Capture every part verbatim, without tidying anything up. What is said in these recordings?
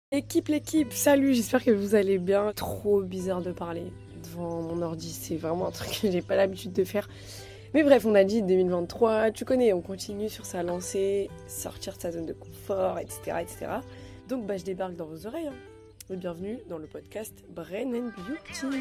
L'équipe, l'équipe, salut, j'espère que vous allez bien. Trop bizarre de parler devant mon ordi, c'est vraiment un truc que j'ai pas l'habitude de faire. Mais bref, on a dit deux mille vingt-trois, tu connais, on continue sur sa lancée, sortir de sa zone de confort, et cetera et cetera. Donc bah, je débarque dans vos oreilles. Hein. Et bienvenue dans le podcast Brain and Beauty.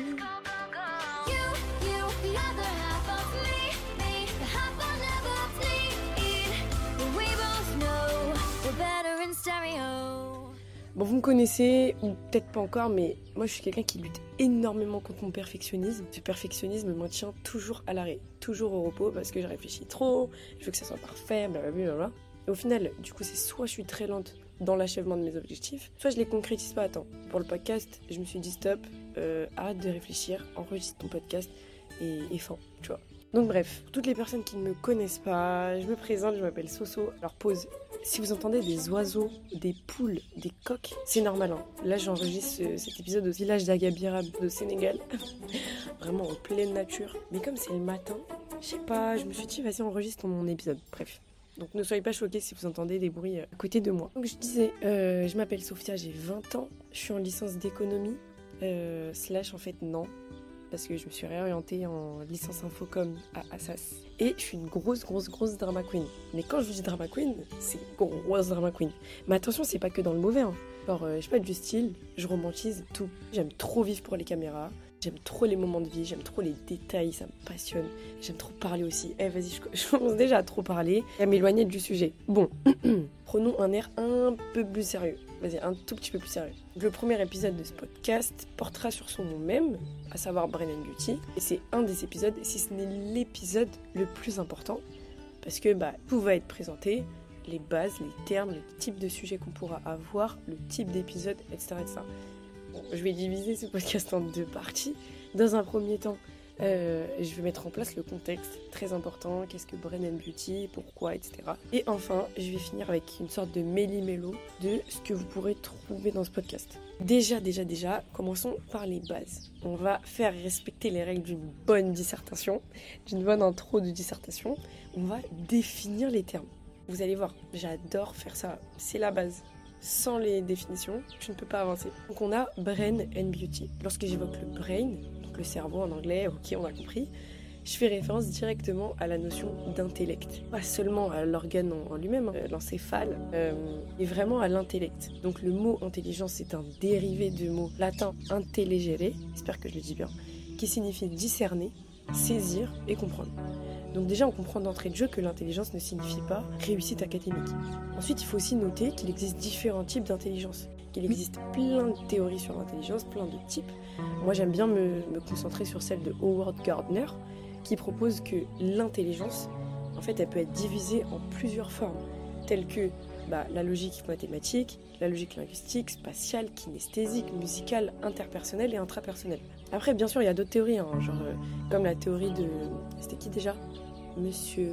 Bon, vous me connaissez, ou peut-être pas encore, mais moi je suis quelqu'un qui lutte énormément contre mon perfectionnisme. Ce perfectionnisme me maintient toujours à l'arrêt, toujours au repos, parce que je réfléchis trop, je veux que ça soit parfait, blablabla. Et au final, du coup, c'est soit je suis très lente dans l'achèvement de mes objectifs, soit je les concrétise pas à temps. Pour le podcast, je me suis dit stop, euh, arrête de réfléchir, enregistre ton podcast et, et fin, tu vois. Donc bref, pour toutes les personnes qui ne me connaissent pas, je me présente, je m'appelle Soso. Alors pause. Si vous entendez des oiseaux, des poules, des coqs, c'est normal. Hein. Là, j'enregistre ce, cet épisode au village d'Agabira, au Sénégal. Vraiment en pleine nature. Mais comme c'est le matin, je sais pas, je me suis dit, vas-y, enregistre mon épisode. Bref. Donc ne soyez pas choqués si vous entendez des bruits à côté de moi. Donc je disais, euh, je m'appelle Sophia, j'ai vingt ans. Je suis en licence d'économie. Euh, slash, en fait, non. Parce que je me suis réorientée en licence infocom à Assas. Et je suis une grosse, grosse, grosse drama queen. Mais quand je dis drama queen, c'est grosse drama queen. Mais attention, c'est pas que dans le mauvais. Hein. Genre, euh, je sais pas du style, je romantise tout. J'aime trop vivre pour les caméras. J'aime trop les moments de vie, j'aime trop les détails, ça me passionne. J'aime trop parler aussi. Eh, vas-y, je, je commence déjà à trop parler et à m'éloigner du sujet. Bon, prenons un air un peu plus sérieux. Vas-y, un tout petit peu plus sérieux. Le premier épisode de ce podcast portera sur son nom même, à savoir Brain and Beauty. Et c'est un des épisodes, si ce n'est l'épisode le plus important, parce que bah, tout va être présenté, les bases, les termes, les types de sujets qu'on pourra avoir, le type d'épisode, et cetera et cetera. Bon, je vais diviser ce podcast en deux parties. Dans un premier temps, euh, je vais mettre en place le contexte, très important, qu'est-ce que Brain and Beauty, pourquoi, et cetera. Et enfin, je vais finir avec une sorte de méli-mélo de ce que vous pourrez trouver dans ce podcast. Déjà, déjà, déjà, commençons par les bases. On va faire respecter les règles d'une bonne dissertation, d'une bonne intro de dissertation. On va définir les termes. Vous allez voir, j'adore faire ça, c'est la base. Sans les définitions, tu ne peux pas avancer. Donc on a Brain and Beauty. Lorsque j'évoque le brain, donc le cerveau en anglais, ok, on a compris, je fais référence directement à la notion d'intellect. Pas seulement à l'organe en, en lui-même, hein, l'encéphale, euh, mais vraiment à l'intellect. Donc le mot intelligence, c'est un dérivé du mot latin intelligere, j'espère que je le dis bien, qui signifie discerner, saisir et comprendre. Donc déjà, on comprend d'entrée de jeu que l'intelligence ne signifie pas réussite académique. Ensuite, il faut aussi noter qu'il existe différents types d'intelligence, qu'il existe plein de théories sur l'intelligence, plein de types. Moi, j'aime bien me, me concentrer sur celle de Howard Gardner, qui propose que l'intelligence, en fait, elle peut être divisée en plusieurs formes, telles que bah, la logique mathématique, la logique linguistique, spatiale, kinesthésique, musicale, interpersonnelle et intrapersonnelle. Après, bien sûr, il y a d'autres théories, hein, genre euh, comme la théorie de... C'était qui déjà ? Monsieur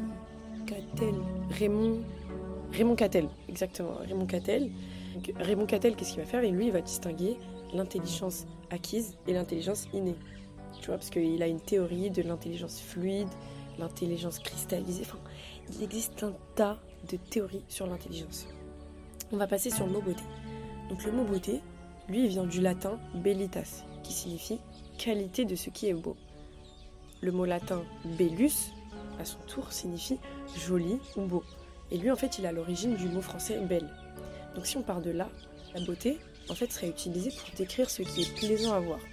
Cattell, Raymond, Raymond Cattell, exactement, Raymond Cattell. Donc, Raymond Cattell, qu'est-ce qu'il va faire ? Et lui, il va distinguer l'intelligence acquise et l'intelligence innée. Tu vois, parce qu'il a une théorie de l'intelligence fluide, l'intelligence cristallisée. Enfin, il existe un tas de théories sur l'intelligence. On va passer sur le mot beauté. Donc le mot beauté, lui, il vient du latin bellitas, qui signifie qualité de ce qui est beau. Le mot latin bellus, à son tour, signifie joli ou beau. Et lui, en fait, il a l'origine du mot français belle. Donc si on part de là, la beauté, en fait, serait utilisée pour décrire ce qui est plaisant à voir.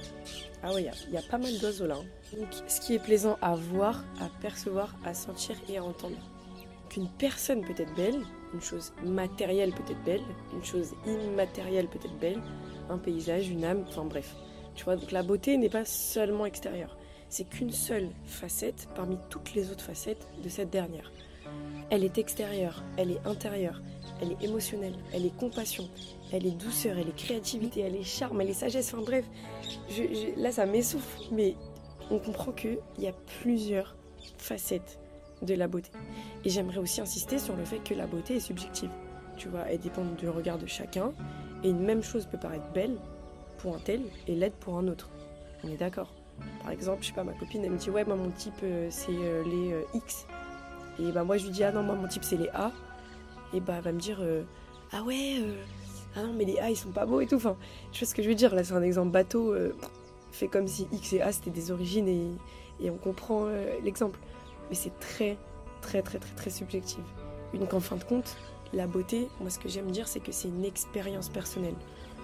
Ah oui, il y, y a pas mal d'oiseaux là. Hein. Donc ce qui est plaisant à voir, à percevoir, à sentir et à entendre. Donc une personne peut être belle, une chose matérielle peut être belle, une chose immatérielle peut être belle, un paysage, une âme, enfin bref. Tu vois, donc la beauté n'est pas seulement extérieure. C'est qu'une seule facette parmi toutes les autres facettes de cette dernière. Elle est extérieure, elle est intérieure, elle est émotionnelle, elle est compassion, elle est douceur, elle est créativité, elle est charme, elle est sagesse, enfin bref, je, je, là ça m'essouffle, mais on comprend qu'il y a plusieurs facettes de la beauté. Et j'aimerais aussi insister sur le fait que la beauté est subjective. Tu vois, elle dépend du regard de chacun, et une même chose peut paraître belle pour un tel et laide pour un autre. On est d'accord ? Par exemple, je sais pas, ma copine elle me dit ouais moi mon type euh, c'est euh, les euh, X et bah moi je lui dis ah non moi mon type c'est les A et bah elle va me dire euh, ah ouais euh, ah non mais les A ils sont pas beaux et tout, enfin tu vois ce que je veux dire, là c'est un exemple bateau, euh, fait comme si X et A c'était des origines et, et on comprend euh, l'exemple, mais c'est très très très très très subjectif. Une qu'en fin de compte, la beauté, moi ce que j'aime dire c'est que c'est une expérience personnelle.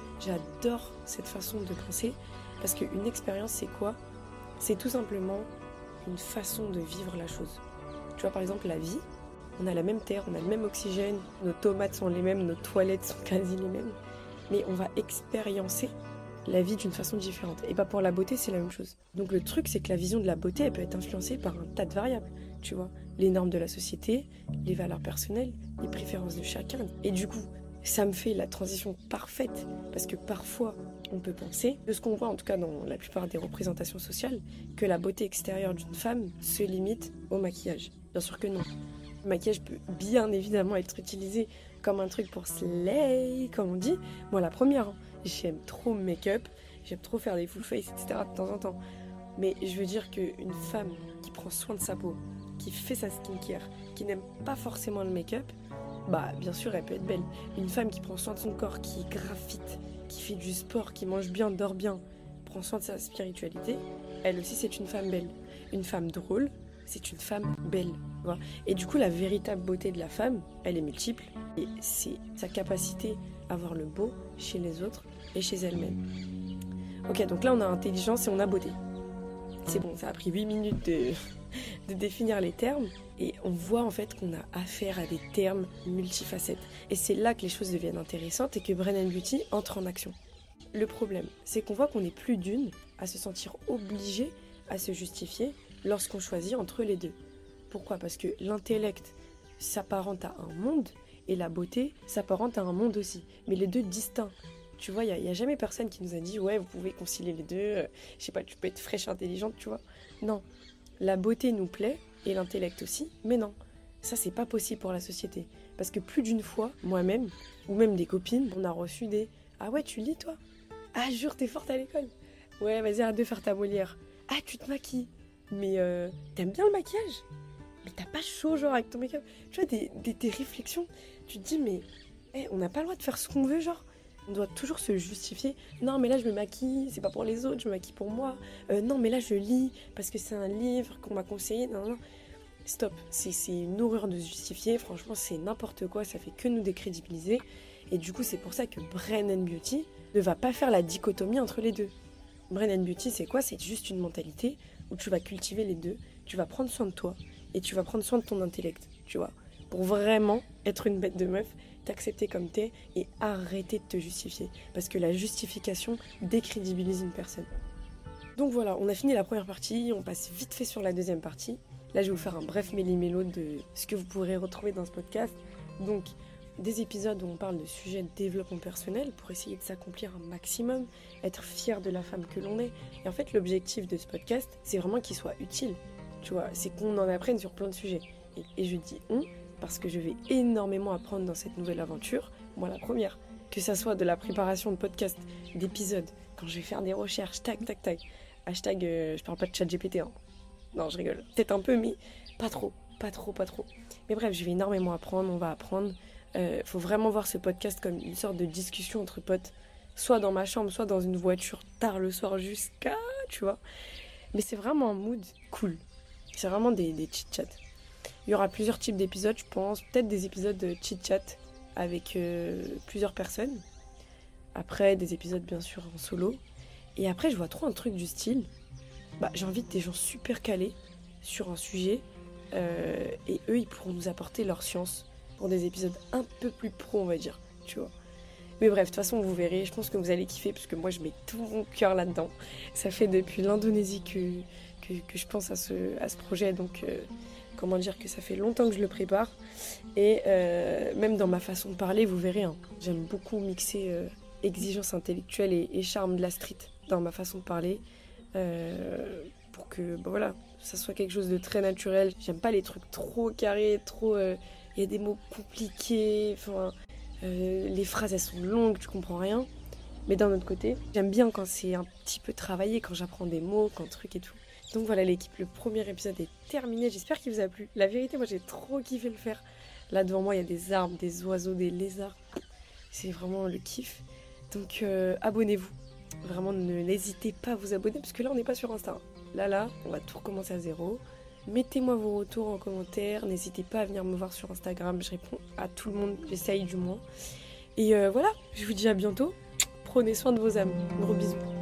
J'adore cette façon de penser parce qu'une expérience c'est quoi? C'est tout simplement une façon de vivre la chose. Tu vois par exemple la vie, on a la même terre, on a le même oxygène, nos tomates sont les mêmes, nos toilettes sont quasi les mêmes, mais on va expériencer la vie d'une façon différente. Et pas pour la beauté, c'est la même chose. Donc le truc, c'est que la vision de la beauté, elle peut être influencée par un tas de variables, tu vois. Les normes de la société, les valeurs personnelles, les préférences de chacun. Et du coup, ça me fait la transition parfaite, parce que parfois, on peut penser, de ce qu'on voit en tout cas dans la plupart des représentations sociales, que la beauté extérieure d'une femme se limite au maquillage. Bien sûr que non. Le maquillage peut bien évidemment être utilisé comme un truc pour slay, comme on dit. Moi, la première, hein. J'aime trop make-up, j'aime trop faire des full face, et cetera de temps en temps. Mais je veux dire qu'une femme qui prend soin de sa peau, qui fait sa skincare, qui n'aime pas forcément le make-up, bah bien sûr elle peut être belle. Une femme qui prend soin de son corps, qui graffite, qui fait du sport, qui mange bien, dort bien, prend soin de sa spiritualité, elle aussi c'est une femme belle. Une femme drôle, c'est une femme belle. Voilà. Et du coup la véritable beauté de la femme, elle est multiple. Et c'est sa capacité à voir le beau chez les autres et chez elle-même. Ok, donc là on a intelligence et on a beauté. C'est bon, ça a pris huit minutes de, de définir les termes. Et on voit en fait qu'on a affaire à des termes multifacettes. Et c'est là que les choses deviennent intéressantes et que Brain and Beauty entre en action. Le problème, c'est qu'on voit qu'on n'est plus d'une à se sentir obligé à se justifier lorsqu'on choisit entre les deux. Pourquoi ? Parce que l'intellect s'apparente à un monde et la beauté s'apparente à un monde aussi. Mais les deux distincts. Tu vois, il n'y a, a jamais personne qui nous a dit « Ouais, vous pouvez concilier les deux, euh, je sais pas, tu peux être fraîche, intelligente, tu vois. » Non, la beauté nous plaît et l'intellect aussi, mais non. Ça, c'est pas possible pour la société. Parce que plus d'une fois, moi-même, ou même des copines, on a reçu des « Ah ouais, tu lis toi ? Ah, jure, t'es forte à l'école. Ouais, vas-y, arrête de faire ta Molière. Ah, tu te maquilles. Mais euh, t'aimes bien le maquillage ? Mais t'as pas chaud, genre, avec ton make-up. » Tu vois, des, des, des réflexions. Tu te dis, mais hey, on n'a pas le droit de faire ce qu'on veut, genre. On doit toujours se justifier. Non, mais là, je me maquille, c'est pas pour les autres, je me maquille pour moi. Euh, non, mais là, je lis parce que c'est un livre qu'on m'a conseillé. Non, non, stop. C'est, c'est une horreur de se justifier. Franchement, c'est n'importe quoi. Ça fait que nous décrédibiliser. Et du coup, c'est pour ça que Brain and Beauty ne va pas faire la dichotomie entre les deux. Brain and Beauty, c'est quoi ? C'est juste une mentalité où tu vas cultiver les deux. Tu vas prendre soin de toi et tu vas prendre soin de ton intellect, tu vois. Pour vraiment être une bête de meuf, t'accepter comme t'es et arrêter de te justifier. Parce que la justification décrédibilise une personne. Donc voilà, on a fini la première partie, on passe vite fait sur la deuxième partie. Là, je vais vous faire un bref méli-mélo de ce que vous pourrez retrouver dans ce podcast. Donc, des épisodes où on parle de sujets de développement personnel pour essayer de s'accomplir un maximum, être fier de la femme que l'on est. Et en fait, l'objectif de ce podcast, c'est vraiment qu'il soit utile. Tu vois, c'est qu'on en apprenne sur plein de sujets. Et, et je dis « on » parce que je vais énormément apprendre dans cette nouvelle aventure. Moi, la première. Que ça soit de la préparation de podcasts, d'épisodes, quand je vais faire des recherches, tac, tac, tac. Hashtag, euh, je parle pas de chat G P T, hein. Non, je rigole. Peut-être un peu, mais pas trop, pas trop, pas trop. Mais bref, je vais énormément apprendre, on va apprendre. Euh, faut vraiment voir ce podcast comme une sorte de discussion entre potes. Soit dans ma chambre, soit dans une voiture, tard le soir jusqu'à... tu vois. Mais c'est vraiment un mood cool. C'est vraiment des, des chit-chats. Il y aura plusieurs types d'épisodes, je pense. Peut-être des épisodes de chit-chat avec euh, plusieurs personnes. Après, des épisodes, bien sûr, en solo. Et après, je vois trop un truc du style. Bah, j'invite des gens super calés sur un sujet. Euh, et eux, ils pourront nous apporter leur science pour des épisodes un peu plus pro, on va dire. Tu vois. Mais bref, de toute façon, vous verrez. Je pense que vous allez kiffer parce que moi, je mets tout mon cœur là-dedans. Ça fait depuis l'Indonésie que, que, que je pense à ce, à ce projet. Donc... Euh, Comment dire que ça fait longtemps que je le prépare. Et euh, même dans ma façon de parler, vous verrez, hein, j'aime beaucoup mixer euh, exigence intellectuelle et, et charme de la street dans ma façon de parler. Euh, pour que, bah voilà, ça soit quelque chose de très naturel. J'aime pas les trucs trop carrés, trop... Il euh, y a des mots compliqués, enfin... Euh, les phrases, elles sont longues, tu comprends rien. Mais d'un autre côté, j'aime bien quand c'est un petit peu travaillé, quand j'apprends des mots, quand truc et tout. Donc voilà l'équipe, le premier épisode est terminé, j'espère qu'il vous a plu. La vérité, moi j'ai trop kiffé le faire. Là devant moi il y a des arbres, des oiseaux, des lézards. c'est vraiment le kiff. Donc euh, abonnez-vous. Vraiment, ne n'hésitez pas à vous abonner parce que là, on n'est pas sur Insta. Là, là, on va tout recommencer à zéro. Mettez-moi vos retours en commentaire. N'hésitez pas à venir me voir sur Instagram. Je réponds à tout le monde. J'essaye du moins. Et euh, voilà, je vous dis à bientôt. Prenez soin de vos âmes. Gros bisous.